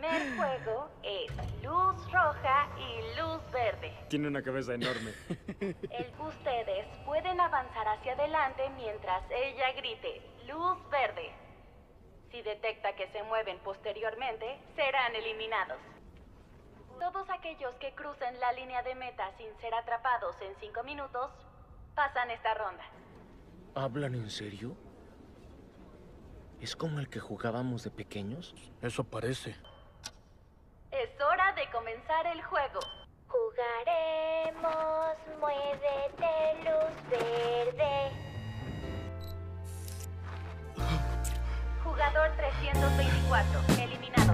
primer juego es luz roja y luz verde. Tiene una cabeza enorme. Ustedes pueden avanzar hacia adelante mientras ella grite luz verde. Si detecta que se mueven posteriormente, serán eliminados. Todos aquellos que crucen la línea de meta sin ser atrapados en 5 minutos, pasan esta ronda. ¿Hablan en serio? ¿Es como el que jugábamos de pequeños? Eso parece. Es hora de comenzar el juego. Jugaremos, muévete, luz verde. Jugador 324, eliminado.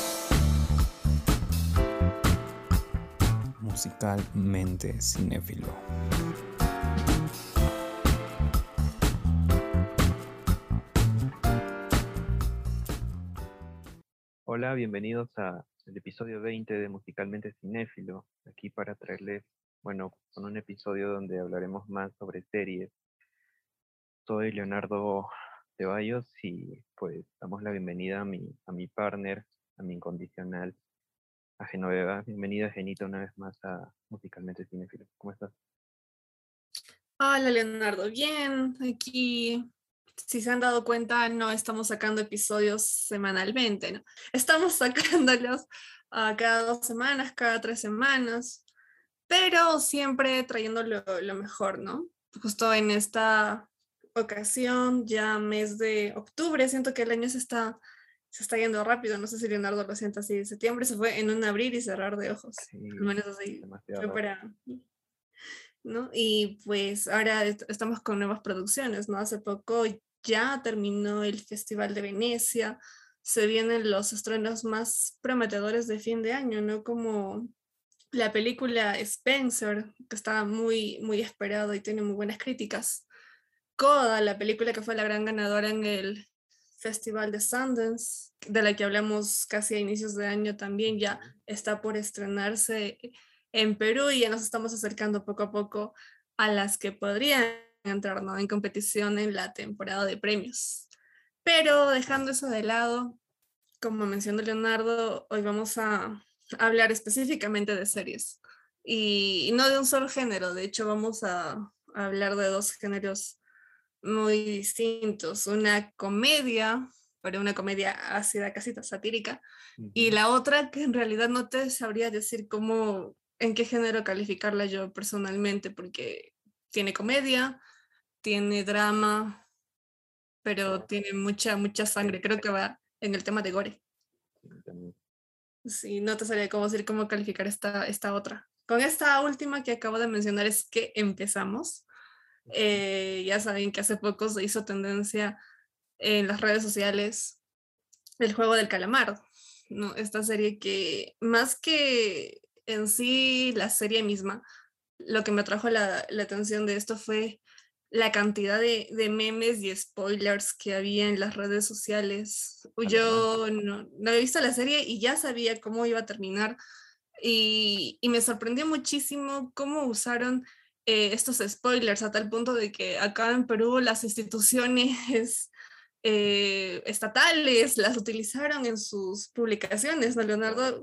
Musicalmente cinéfilo. Hola, bienvenidos al episodio 20 de Musicalmente Cinéfilo, aquí para traerles, con un episodio donde hablaremos más sobre series. Soy Leonardo Ceballos y pues damos la bienvenida a mi partner, a mi incondicional, a Genoveva. Bienvenida, Genita, una vez más a Musicalmente Cinéfilo. ¿Cómo estás? Hola Leonardo, bien, aquí, si se han dado cuenta, no estamos sacando episodios semanalmente, ¿no? Estamos sacándolos cada 2 semanas, cada 3 semanas, pero siempre trayendo lo mejor, ¿no? Justo en esta ocasión, ya mes de octubre, siento que el año se está yendo rápido, no sé si Leonardo lo siente así, septiembre se fue en un abrir y cerrar de ojos, Sí, al menos así, demasiado fue para... ¿no? Y pues ahora estamos con nuevas producciones, ¿no? Hace poco ya terminó el Festival de Venecia, se vienen los estrenos más prometedores de fin de año, ¿no? Como la película Spencer, que está muy, muy esperado y tiene muy buenas críticas. Coda, la película que fue la gran ganadora en el Festival de Sundance, de la que hablamos casi a inicios de año también, ya está por estrenarse en Perú y ya nos estamos acercando poco a poco a las que podrían entrar, ¿no?, en competición en la temporada de premios. Pero dejando eso de lado, como mencionó Leonardo, hoy vamos a hablar específicamente de series y no de un solo género. De hecho, vamos a hablar de 2 géneros muy distintos. Una comedia, pero una comedia ácida, casi satírica, y la otra que en realidad no te sabría decir cómo, en qué género calificarla yo personalmente, porque tiene comedia, tiene drama, pero tiene mucha sangre. Creo que va en el tema de gore. Sí, no te sabría cómo decir cómo calificar esta otra. Con esta última que acabo de mencionar es que empezamos. Ya saben que hace poco se hizo tendencia en las redes sociales el juego del calamar, ¿no? Esta serie que más que en sí la serie misma, lo que me atrajo la atención de esto fue la cantidad de memes y spoilers que había en las redes sociales. Yo no he visto la serie y ya sabía cómo iba a terminar y me sorprendió muchísimo cómo usaron estos spoilers a tal punto de que acá en Perú las instituciones estatales las utilizaron en sus publicaciones, ¿no, Leonardo?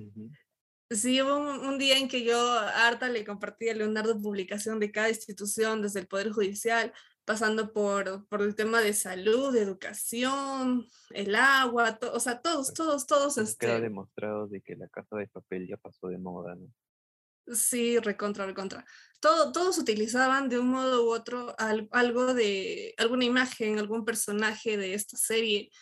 Sí, hubo un día en que yo harta le compartí a Leonardo publicación de cada institución, desde el Poder Judicial, pasando por el tema de salud, de educación, el agua, o sea, todos. Queda demostrado de que la Casa de Papel ya pasó de moda, ¿no? Sí, recontra. Todos utilizaban de un modo u otro algo de alguna imagen, algún personaje de esta serie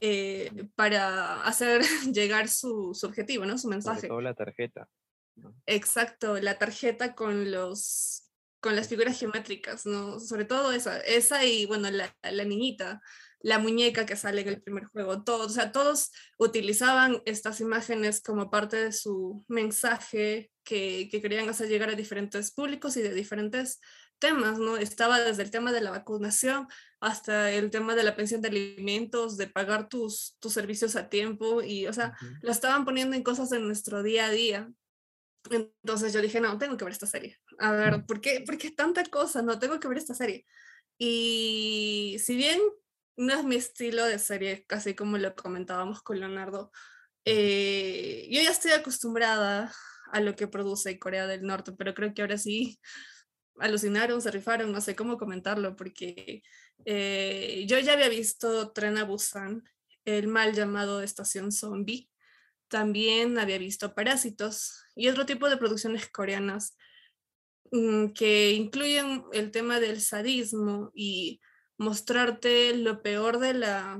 para hacer llegar su objetivo, ¿no? Su Sobre mensaje. todo la tarjeta, ¿no? Exacto, la tarjeta con las figuras geométricas, ¿no? Sobre todo esa y bueno, la niñita, la muñeca que sale en el primer juego, todos, o sea, todos utilizaban estas imágenes como parte de su mensaje que querían hacer llegar a diferentes públicos y de diferentes temas, ¿no? Estaba desde el tema de la vacunación hasta el tema de la pensión de alimentos, de pagar tus servicios a tiempo y, o sea, lo estaban poniendo en cosas de nuestro día a día. Entonces yo dije, no, tengo que ver esta serie. A ver, ¿por qué tanta cosa? No, tengo que ver esta serie. Y si bien no es mi estilo de serie, casi como lo comentábamos con Leonardo, Yo ya estoy acostumbrada a lo que produce Corea del Norte, pero creo que ahora sí alucinaron, se rifaron, no sé cómo comentarlo, porque yo ya había visto Tren a Busan, el mal llamado Estación Zombie, también había visto Parásitos y otro tipo de producciones coreanas que incluyen el tema del sadismo y mostrarte lo peor de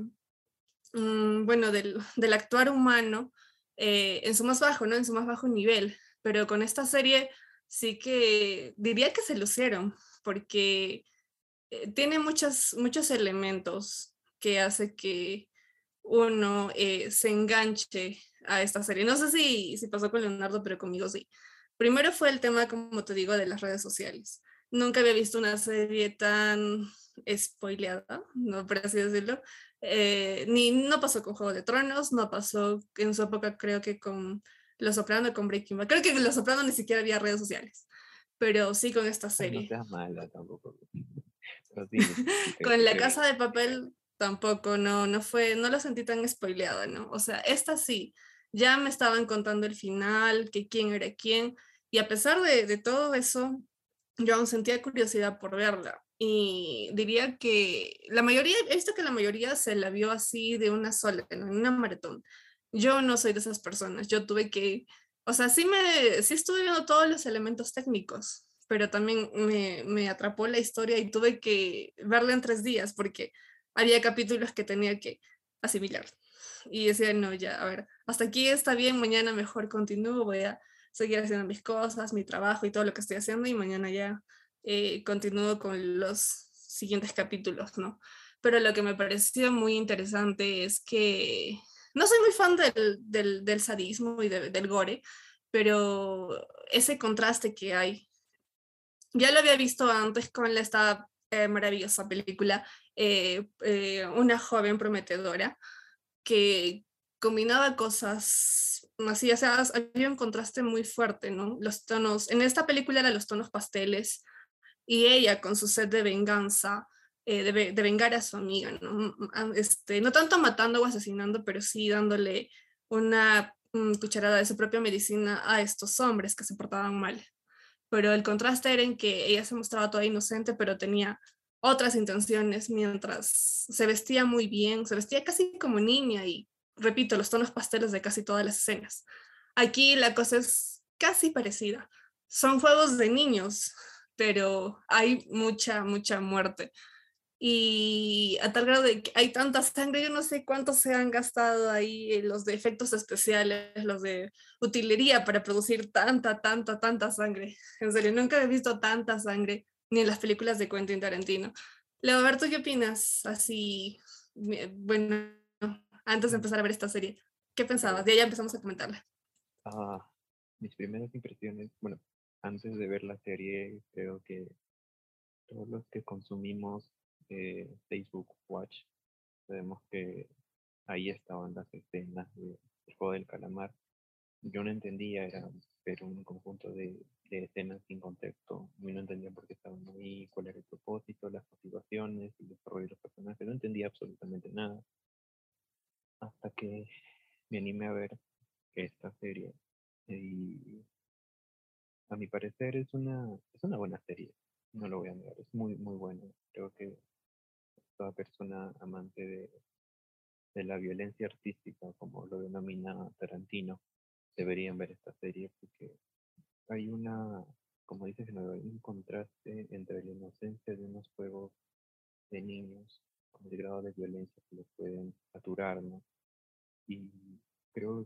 bueno, del actuar humano en su más bajo, ¿no? En su más bajo nivel. Pero con esta serie sí que diría que se lucieron, porque tiene muchos elementos que hace que uno se enganche a esta serie. No sé si pasó con Leonardo, pero conmigo sí. Primero fue el tema, como te digo, de las redes sociales. Nunca había visto una serie tan spoileada, ¿no? Por así decirlo. No pasó con Juego de Tronos, no pasó en su época, creo que con Los Soprano, con Breaking Bad. Creo que en Los Soprano ni siquiera había redes sociales, pero sí con esta Ay, no serie. seas mala tampoco. Pero sí, Con te La creo. Casa de Papel tampoco, no fue, no lo sentí tan spoileada, ¿no? O sea, esta sí, ya me estaban contando el final, que quién era quién, y a pesar de todo eso, yo aún sentía curiosidad por verla. Y diría que la mayoría, he visto que la mayoría se la vio así de una sola, ¿no? En una maratón. Yo no soy de esas personas, yo tuve que, o sea, sí estuve viendo todos los elementos técnicos, pero también me atrapó la historia y tuve que verla en 3 días porque había capítulos que tenía que asimilar. Y decía, no, ya, a ver, hasta aquí está bien, mañana mejor continúo, voy a seguir haciendo mis cosas, mi trabajo y todo lo que estoy haciendo y mañana ya continúo con los siguientes capítulos, ¿no? Pero lo que me pareció muy interesante es que no soy muy fan del sadismo y del gore, pero ese contraste que hay, ya lo había visto antes con esta maravillosa película, Una joven prometedora, que combinaba cosas así, o sea, había un contraste muy fuerte, ¿no? Los tonos, en esta película eran los tonos pasteles y ella con su sed de venganza, de vengar a su amiga, ¿no? No tanto matando o asesinando, pero sí dándole una cucharada de su propia medicina a estos hombres que se portaban mal. Pero el contraste era en que ella se mostraba toda inocente, pero tenía otras intenciones mientras se vestía muy bien, se vestía casi como niña y, repito, los tonos pasteles de casi todas las escenas. Aquí la cosa es casi parecida. Son juegos de niños, pero hay mucha muerte. Y a tal grado de que hay tanta sangre, yo no sé cuántos se han gastado ahí los de efectos especiales, los de utilería para producir tanta sangre. En serio, nunca he visto tanta sangre ni en las películas de Quentin Tarantino. Leo, ¿tú qué opinas? Así, bueno, antes de Mm, empezar a ver esta serie, ¿qué pensabas? Pero De ahí ya empezamos a comentarla. ah, mis primeras impresiones, bueno, antes de ver la serie, creo que todos los que consumimos Facebook Watch, sabemos que ahí estaban las escenas de El Juego del Calamar. Yo no entendía, era pero un conjunto de escenas sin contexto. Yo no entendía por qué estaban ahí, cuál era el propósito, las motivaciones, el desarrollo de los personajes. No entendía absolutamente nada. Hasta que me animé a ver esta serie. Y a mi parecer es una buena serie. No lo voy a negar, es muy buena. Creo que toda persona amante de la violencia artística, como lo denomina Tarantino, deberían ver esta serie porque hay como dices, no, hay un contraste entre la inocencia de unos juegos de niños con el grado de violencia que los pueden saturar, ¿no? Y creo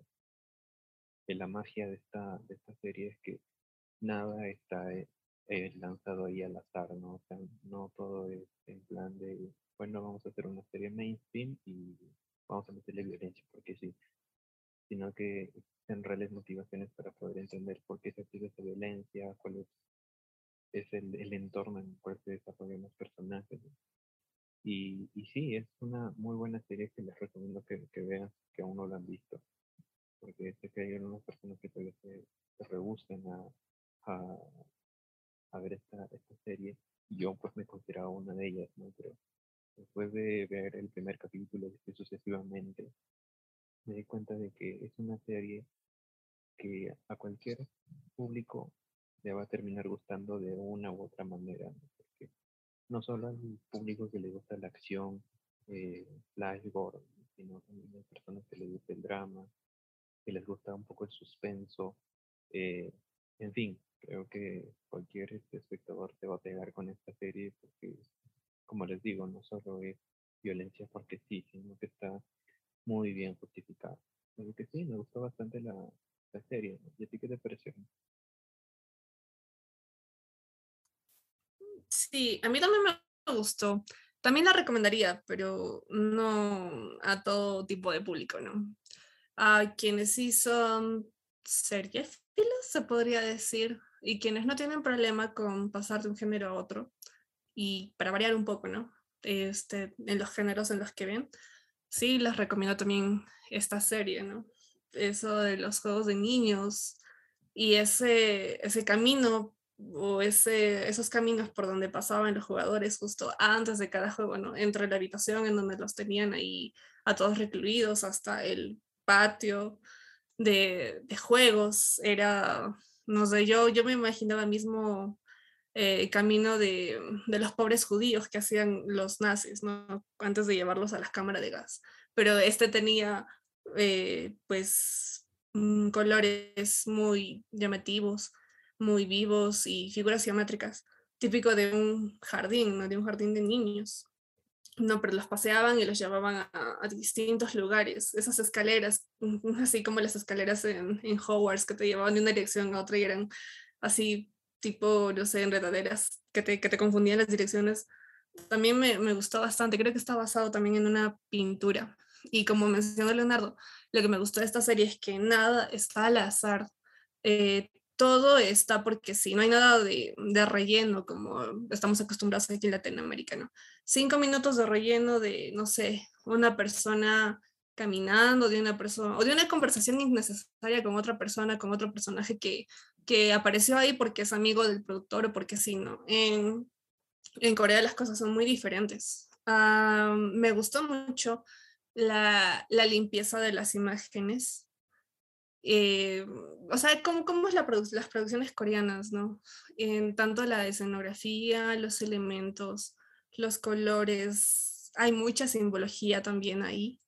que la magia de esta serie es que nada está lanzado ahí al azar, ¿no? O sea, no todo es en plan de, bueno, vamos a hacer una serie mainstream y vamos a meterle violencia, porque sí, sino que existen reales motivaciones para poder entender por qué se activa esa violencia, cuál es el entorno en el cual se desarrollan los personajes. Y sí, es una muy buena serie que les recomiendo que vean, que aún no la han visto, porque sé que hay algunas personas que todavía se rehúsan a, a ver esta serie. Yo pues me consideraba una de ellas, ¿no? Pero después de ver el primer capítulo y así sucesivamente, me di cuenta de que es una serie que a cualquier público le va a terminar gustando de una u otra manera, ¿no? Porque no solo al público que le gusta la acción, flash gore, sino también hay personas que les gusta el drama, que les gusta un poco el suspenso, eh, en fin, creo que cualquier espectador se va a pegar con esta serie porque, como les digo, no solo es violencia porque sí, sino que está muy bien justificada. Así que sí, me gustó bastante la serie, ¿no? ¿Y a ti qué te pareció? Sí, a mí también me gustó. También la recomendaría, pero no a todo tipo de público, ¿no? A quienes sí son seriefilos, se podría decir, y quienes no tienen problema con pasar de un género a otro, y para variar un poco, ¿no? En los géneros en los que ven, sí les recomiendo también esta serie, ¿no? Eso de los juegos de niños y ese camino o esos caminos por donde pasaban los jugadores justo antes de cada juego, ¿no? Entre la habitación en donde los tenían ahí a todos recluidos hasta el patio de juegos. Era, no sé, yo me imaginaba mismo camino de los pobres judíos que hacían los nazis, ¿no? Antes de llevarlos a las cámaras de gas. Pero este tenía, pues, colores muy llamativos, muy vivos y figuras geométricas, típico de un jardín, ¿no? De un jardín de niños. No, pero los paseaban y los llevaban a distintos lugares. Esas escaleras, así como las escaleras en Hogwarts que te llevaban de una dirección a otra y eran así tipo, no sé, enredaderas que te confundían las direcciones. También me gustó bastante. Creo que está basado también en una pintura. Y como mencionó Leonardo, lo que me gustó de esta serie es que nada está al azar. Todo está porque sí, no hay nada de relleno como estamos acostumbrados aquí en Latinoamérica, ¿no? 5 minutos de relleno de, no sé, una persona caminando, de una persona, o de una conversación innecesaria con otra persona, con otro personaje que apareció ahí porque es amigo del productor o porque sí, ¿no? En Corea las cosas son muy diferentes. Me gustó mucho la limpieza de las imágenes. eh, o sea, cómo es las producciones coreanas, ¿no? En tanto la escenografía, los elementos, los colores, hay mucha simbología también ahí,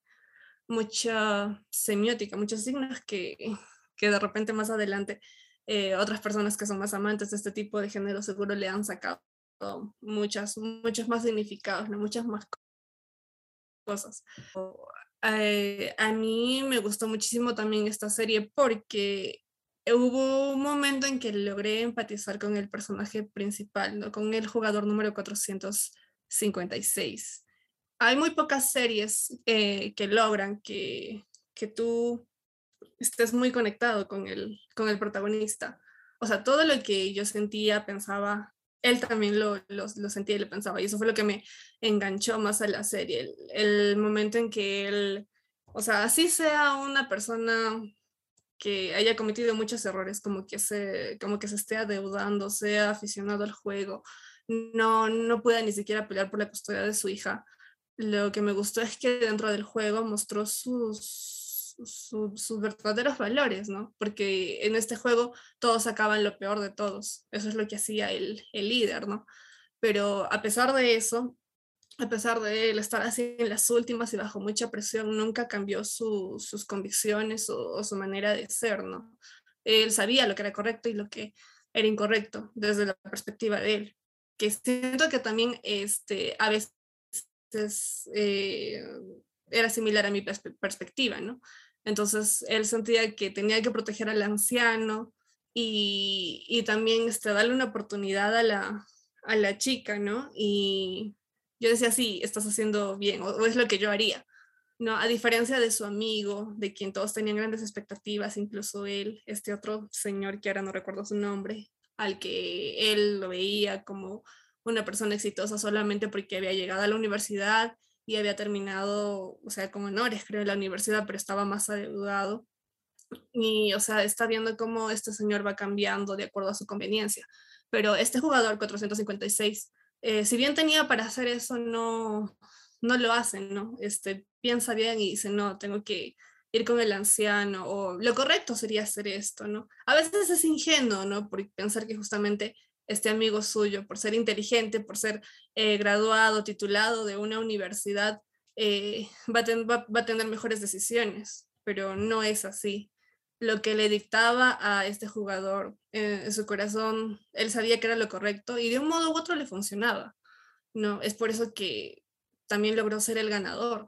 mucha semiótica, muchos signos que de repente más adelante otras personas que son más amantes de este tipo de género seguro le han sacado muchos más significados, ¿no? Muchas más cosas. A mí me gustó muchísimo también esta serie porque hubo un momento en que logré empatizar con el personaje principal, ¿no? Con el jugador número 456. Hay muy pocas series que logran que tú estés muy conectado con el protagonista. O sea, todo lo que yo sentía, pensaba, él también lo sentía y lo pensaba. Y eso fue lo que me enganchó más a la serie. El momento en que él, o sea, así sea una persona que haya cometido muchos errores, como que se esté adeudando, sea aficionado al juego, no pueda ni siquiera pelear por la custodia de su hija. Lo que me gustó es que dentro del juego mostró sus verdaderos valores, ¿no? Porque en este juego todos sacaban lo peor de todos. Eso es lo que hacía el líder, ¿no? Pero a pesar de eso, a pesar de él estar así en las últimas y bajo mucha presión, nunca cambió sus convicciones o su manera de ser, ¿no? Él sabía lo que era correcto y lo que era incorrecto desde la perspectiva de él. Que siento que también a veces eh, era similar a mi perspectiva, ¿no? Entonces él sentía que tenía que proteger al anciano y también darle una oportunidad a la chica, ¿no? Y yo decía, sí, estás haciendo bien, o es lo que yo haría, ¿no? A diferencia de su amigo, de quien todos tenían grandes expectativas, incluso él, este otro señor que ahora no recuerdo su nombre, al que él lo veía como una persona exitosa solamente porque había llegado a la universidad y había terminado, o sea, con honores, creo, en la universidad, pero estaba más adeudado. Y, o sea, está viendo cómo este señor va cambiando de acuerdo a su conveniencia. Pero este jugador 456, si bien tenía para hacer eso, no lo hacen, ¿no? Piensa bien y dice, no, tengo que ir con el anciano, o lo correcto sería hacer esto, ¿no? A veces es ingenuo, ¿no? Por pensar que justamente este amigo suyo, por ser inteligente, por ser graduado, titulado de una universidad, va a tener mejores decisiones, pero no es así. Lo que le dictaba a este jugador en su corazón, él sabía que era lo correcto y de un modo u otro le funcionaba, ¿no? Es por eso que también logró ser el ganador.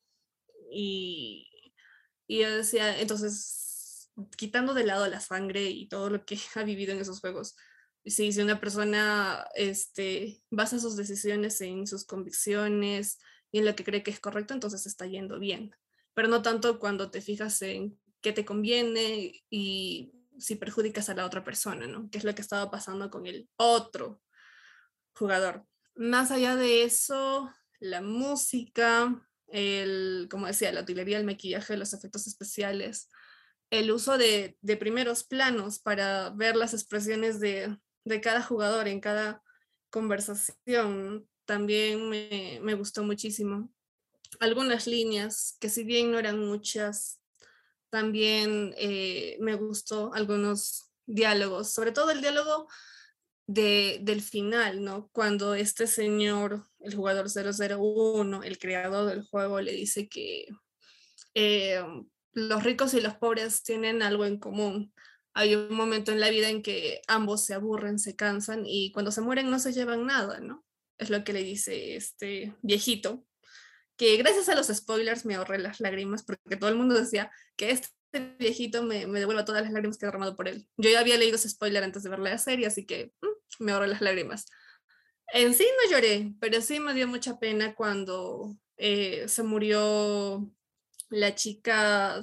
Y, y yo decía, entonces, quitando de lado la sangre y todo lo que ha vivido en esos juegos, sí, si una persona basa sus decisiones en sus convicciones y en lo que cree que es correcto, entonces está yendo bien. Pero no tanto cuando te fijas en qué te conviene y si perjudicas a la otra persona, ¿no? Que es lo que estaba pasando con el otro jugador. Más allá de eso, la música, como decía, la utilería, el maquillaje, los efectos especiales, el uso de primeros planos para ver las expresiones de cada jugador en cada conversación, también me gustó muchísimo. Algunas líneas, que si bien no eran muchas, también me gustó algunos diálogos, sobre todo el diálogo del final, ¿no? Cuando este señor, el jugador 001, el creador del juego, le dice que eh, los ricos y los pobres tienen algo en común. Hay un momento en la vida en que ambos se aburren, se cansan y cuando se mueren no se llevan nada, ¿no? Es lo que le dice este viejito, que gracias a los spoilers me ahorré las lágrimas porque todo el mundo decía que este viejito me devuelva todas las lágrimas que he derramado por él. Yo ya había leído ese spoiler antes de ver la serie, así que me ahorré las lágrimas. En sí no lloré, pero sí me dio mucha pena cuando se murió la chica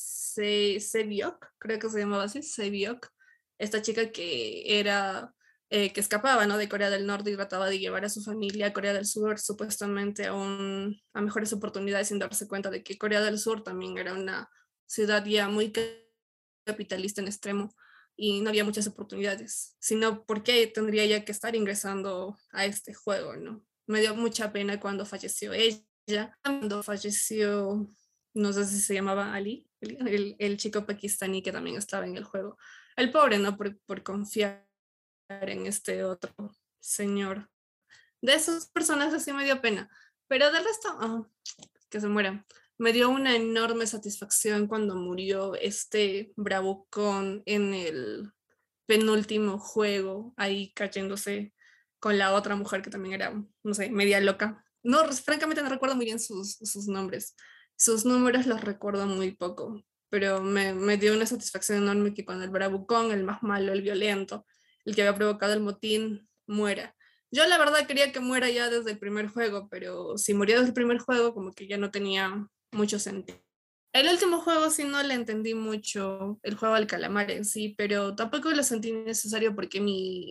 Sebiok, creo que se llamaba así, Sebiok, esta chica que era, que escapaba, ¿no? De Corea del Norte y trataba de llevar a su familia a Corea del Sur supuestamente a mejores oportunidades sin darse cuenta de que Corea del Sur también era una ciudad ya muy capitalista en extremo y no había muchas oportunidades, sino por qué tendría ya que estar ingresando a este juego, ¿no? Me dio mucha pena cuando falleció ella, cuando falleció, no sé si se llamaba Ali, el chico pakistaní que también estaba en el juego. El pobre, ¿no? Por confiar en este otro señor. De esas personas así me dio pena, pero del resto, que se mueran. Me dio una enorme satisfacción cuando murió este bravucón en el penúltimo juego, ahí cayéndose con la otra mujer que también era, no sé, media loca. No, francamente no recuerdo muy bien sus nombres. Sus números los recuerdo muy poco, pero me dio una satisfacción enorme que cuando el bravucón, el más malo, el violento, el que había provocado el motín, muera. Yo la verdad quería que muera ya desde el primer juego, pero si murió desde el primer juego, como que ya no tenía mucho sentido. El último juego sí no le entendí mucho, el juego del calamar en sí, pero tampoco lo sentí necesario porque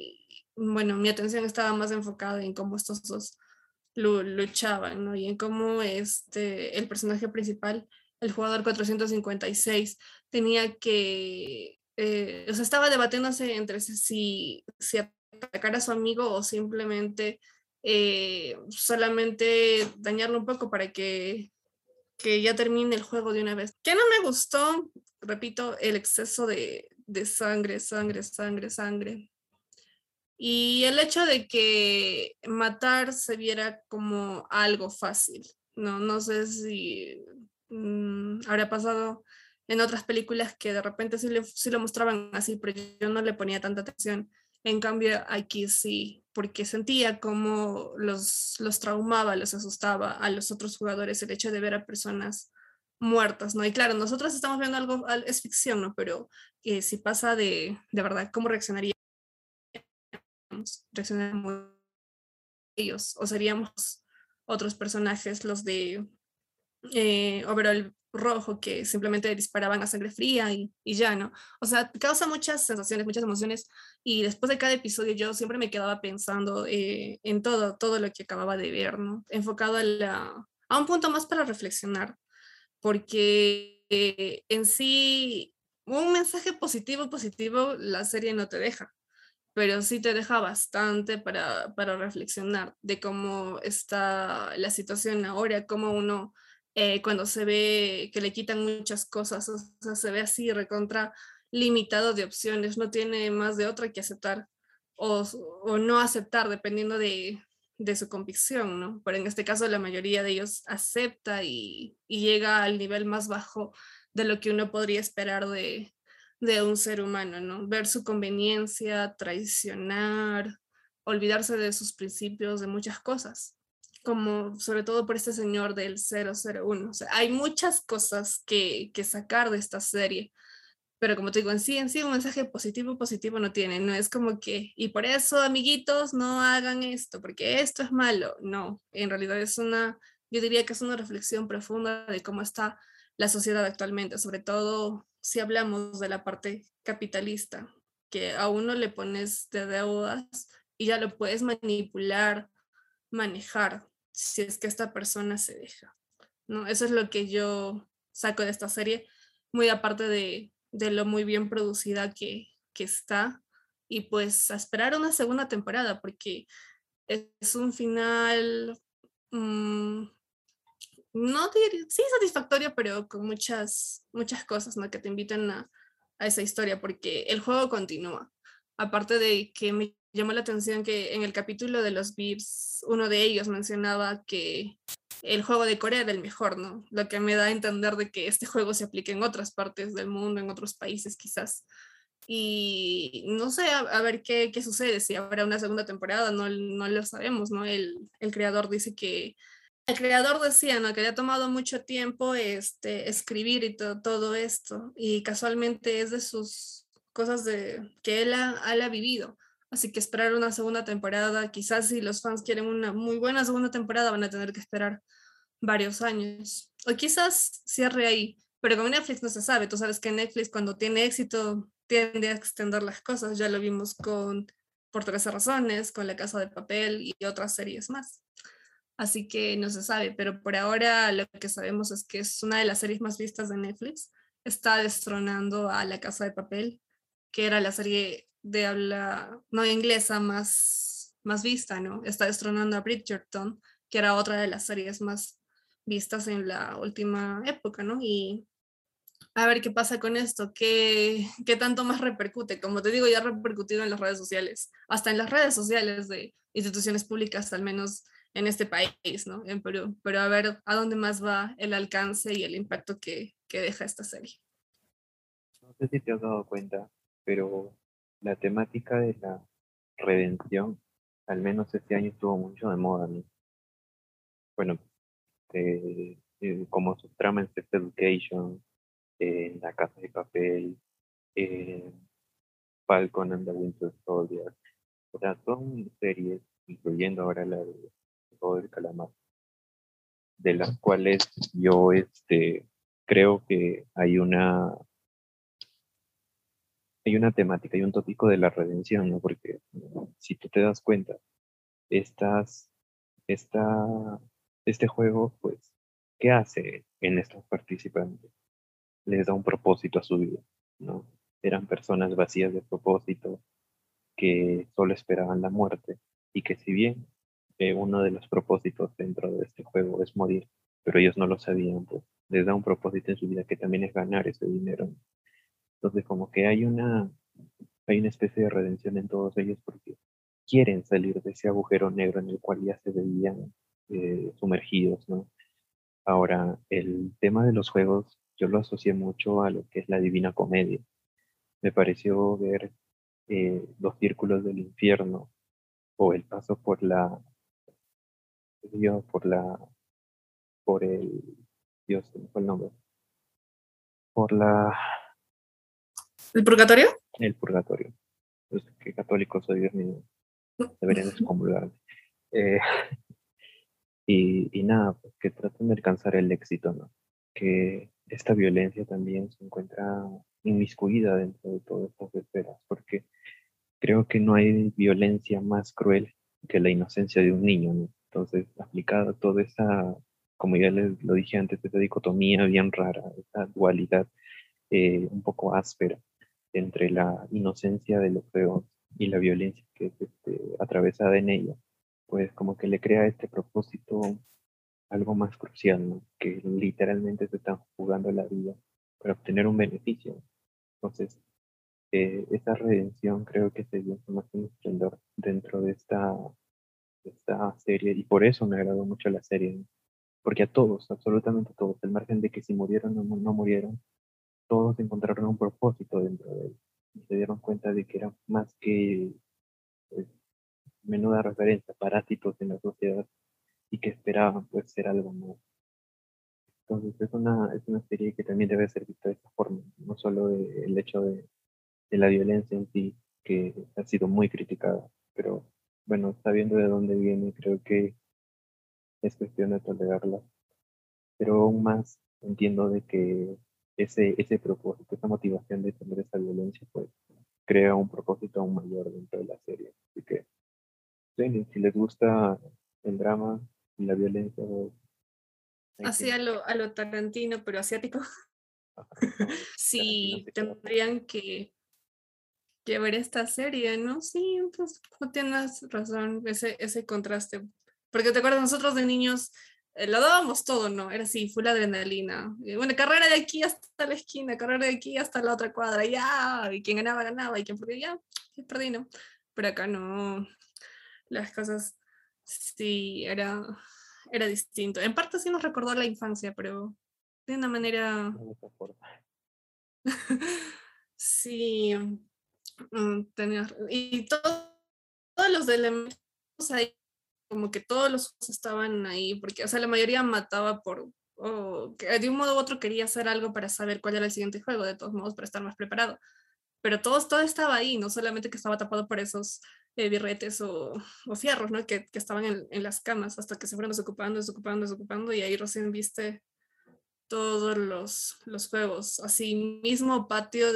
mi atención estaba más enfocada en cómo estos dos luchaban, ¿no? Y en cómo el personaje principal, el jugador 456, tenía que, o sea, estaba debatiéndose entre si atacar a su amigo o simplemente solamente dañarlo un poco para que ya termine el juego de una vez. Que no me gustó, repito, el exceso de sangre, sangre, sangre, sangre. Y el hecho de que matar se viera como algo fácil. No sé si habrá pasado en otras películas que de repente sí lo mostraban así, pero yo no le ponía tanta atención. En cambio, aquí sí, porque sentía como los traumaba, los asustaba a los otros jugadores el hecho de ver a personas muertas, ¿no? Y claro, nosotros estamos viendo algo, es ficción, ¿no? Pero si pasa de verdad, ¿cómo reaccionaríamos? ¿Reaccionaríamos ellos? ¿O seríamos otros personajes, los de overall rojo, que simplemente disparaban a sangre fría y ya, ¿no? O sea, causa muchas sensaciones, muchas emociones y después de cada episodio yo siempre me quedaba pensando en todo lo que acababa de ver, ¿no? Enfocado a un punto más para reflexionar, porque en sí un mensaje positivo la serie no te deja, pero sí te deja bastante para reflexionar de cómo está la situación ahora, cómo uno cuando se ve que le quitan muchas cosas, o sea, se ve así recontra limitado de opciones, no tiene más de otra que aceptar o, o no aceptar dependiendo de su convicción, ¿no? Pero en este caso la mayoría de ellos acepta y llega al nivel más bajo de lo que uno podría esperar de un ser humano, ¿no? Ver su conveniencia, traicionar, olvidarse de sus principios, de muchas cosas, como sobre todo por este señor del 001. O sea, hay muchas cosas que sacar de esta serie, pero como te digo, en sí un mensaje positivo, positivo no tiene, no es como que, y por eso, amiguitos, no hagan esto, porque esto es malo. No, en realidad es yo diría que es una reflexión profunda de cómo está la sociedad actualmente, sobre todo si hablamos de la parte capitalista, que a uno le pones de deudas y ya lo puedes manipular, manejar, si es que esta persona se deja, ¿no? Eso es lo que yo saco de esta serie, muy aparte de lo muy bien producida que está, y pues a esperar una segunda temporada, porque es un final, mmm, no diría, sí satisfactorio, pero con muchas cosas, ¿no? Que te invitan a esa historia, porque el juego continúa. Aparte de que me llamó la atención que en el capítulo de los Beeps, uno de ellos mencionaba que el juego de Corea era el mejor, ¿no? Lo que me da a entender de que este juego se aplica en otras partes del mundo, en otros países quizás. Y no sé, a ver qué sucede, si habrá una segunda temporada, no lo sabemos, ¿no? El creador dice que el creador decía, ¿no? Que había tomado mucho tiempo escribir y todo esto, y casualmente es de sus cosas que él ha vivido. Así que esperar una segunda temporada, quizás si los fans quieren una muy buena segunda temporada, van a tener que esperar varios años. O quizás cierre ahí, pero con Netflix no se sabe. Tú sabes que Netflix cuando tiene éxito tiende a extender las cosas. Ya lo vimos Por 13 razones, con La Casa de Papel y otras series más. Así que no se sabe, pero por ahora lo que sabemos es que es una de las series más vistas de Netflix. Está destronando a La Casa de Papel, que era la serie de habla no inglesa más vista, ¿no? Está destronando a Bridgerton, que era otra de las series más vistas en la última época, ¿no? Y a ver qué pasa con esto, qué tanto más repercute. Como te digo, ya ha repercutido en las redes sociales, hasta en las redes sociales de instituciones públicas, al menos en este país, ¿no? En Perú. Pero a ver a dónde más va el alcance y el impacto que deja esta serie. No sé si te has dado cuenta, pero la temática de la redención, al menos este año estuvo mucho de moda, ¿no? Bueno, como su trama en Sex Education, en La Casa de Papel, en Falcon and the Winter Soldier. O sea, son series, incluyendo ahora la de Juego del Calamar, de las cuales yo creo que hay una temática, hay un tópico de la redención, ¿no? Porque si tú te das cuenta, estas, esta, este juego, pues, ¿qué hace en estos participantes? Les da un propósito a su vida, ¿no? Eran personas vacías de propósito que solo esperaban la muerte y que si bien uno de los propósitos dentro de este juego es morir, pero ellos no lo sabían, pues les da un propósito en su vida que también es ganar ese dinero, ¿no? Entonces como que hay una especie de redención en todos ellos porque quieren salir de ese agujero negro en el cual ya se veían sumergidos, ¿no? Ahora, el tema de los juegos, yo lo asocié mucho a lo que es la Divina Comedia. Me pareció ver los círculos del infierno o el paso Dios, por el, Dios, se me fue el nombre, por ¿El purgatorio? el purgatorio. Pues, qué católico soy, Dios mío, deberían excomulgarme. Eh, y nada, pues que traten de alcanzar el éxito, ¿no? Que esta violencia también se encuentra inmiscuida dentro de todas estas esferas, porque creo que no hay violencia más cruel que la inocencia de un niño, ¿no? Entonces, aplicada toda esa, como ya les lo dije antes, esa dicotomía bien rara, esa dualidad un poco áspera entre la inocencia de los juegos y la violencia que es atravesada en ella, pues como que le crea este propósito algo más crucial, ¿no? Que literalmente se están jugando la vida para obtener un beneficio. Entonces, esa redención creo que se dio con más un esplendor dentro de esta serie, y por eso me agradó mucho la serie, ¿no? Porque a todos, absolutamente a todos, al margen de que si murieron o no murieron, todos encontraron un propósito dentro de él y se dieron cuenta de que eran más que, pues, menuda referencia, parásitos en la sociedad, y que esperaban, pues, ser algo más. Entonces es una serie que también debe ser vista de esta forma, no solo el hecho de la violencia en sí, que ha sido muy criticada, pero bueno, sabiendo de dónde viene, creo que es cuestión de tolerarla, pero aún más entiendo de que ese propósito, esa motivación de tener esa violencia, pues crea un propósito aún mayor dentro de la serie. Así que, sí, si les gusta el drama y la violencia, pues, ahí Así a tienen. lo Tarantino, pero asiático. Ajá, no, Tarantino Sí, se queda corto. tendrían que ver esta serie, ¿no? Sí, entonces no tienes razón, ese contraste. Porque te acuerdas, nosotros de niños lo dábamos todo, ¿no? Era así, full adrenalina. Y bueno, carrera de aquí hasta la esquina, carrera de aquí hasta la otra cuadra, ya. Y quien ganaba, ganaba, y quien perdía, ya perdí, ¿no? Pero acá no, las cosas sí, era distinto. En parte sí nos recordó la infancia, pero de una manera, No de esa forma. sí, y todos los elementos ahí, como que todos los juegos estaban ahí, porque, o sea, la mayoría mataba o que de un modo u otro quería hacer algo para saber cuál era el siguiente juego, de todos modos, para estar más preparado. Pero todo estaba ahí, no solamente que estaba tapado por esos birretes o fierros, ¿no? Que estaban en las camas hasta que se fueron desocupando, desocupando, desocupando, y ahí recién viste todos los juegos. Así mismo patio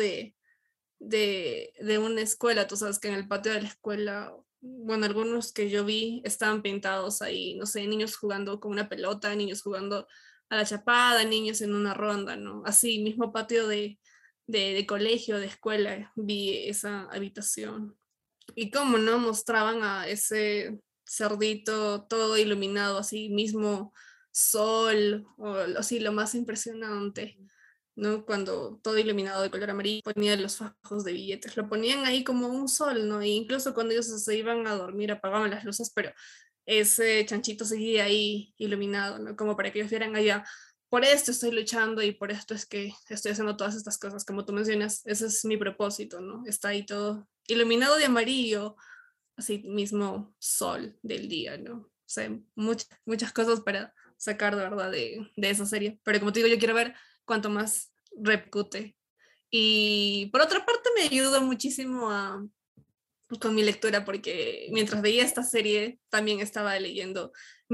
de una escuela. Tú sabes que en el patio de la escuela, bueno, algunos que yo vi estaban pintados ahí, no sé, niños jugando con una pelota, niños jugando a la chapada, niños en una ronda, ¿no? Así, mismo patio de colegio, de escuela, vi esa habitación. Y cómo no mostraban a ese cerdito todo iluminado, así mismo sol, o así lo más impresionante. ¿No? Cuando todo iluminado de color amarillo, ponían los fajos de billetes, lo ponían ahí como un sol, ¿no? E incluso cuando ellos se iban a dormir apagaban las luces, pero ese chanchito seguía ahí iluminado, ¿no? Como para que ellos vieran allá, por esto estoy luchando y por esto es que estoy haciendo todas estas cosas, como tú mencionas, ese es mi propósito, ¿no? Está ahí todo iluminado de amarillo, así mismo sol del día, ¿no? O sea, muchas cosas para sacar de verdad de esa serie, pero como te digo, yo quiero ver cuanto más repercute. Y por otra parte me ayudó muchísimo con mi lectura porque mientras veía esta serie también estaba leyendo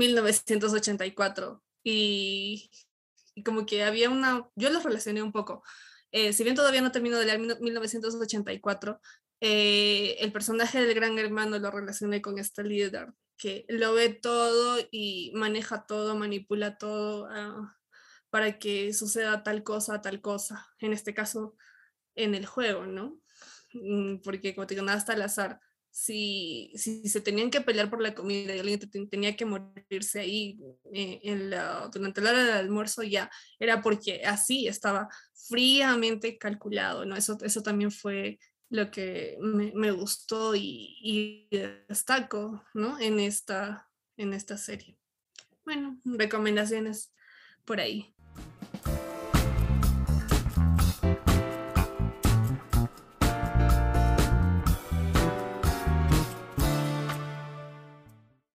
1984 y como que había yo los relacioné un poco. Si bien todavía no termino de leer 1984, el personaje del gran hermano lo relacioné con esta líder que lo ve todo y maneja todo, manipula todo para que suceda tal cosa, en este caso en el juego, ¿no? Porque como te digo, nada está al azar. Si se tenían que pelear por la comida y alguien tenía que morirse ahí durante la hora del almuerzo, ya era porque así estaba fríamente calculado, ¿no? Eso también fue lo que me gustó y destaco, ¿no? En esta serie. Bueno, recomendaciones por ahí.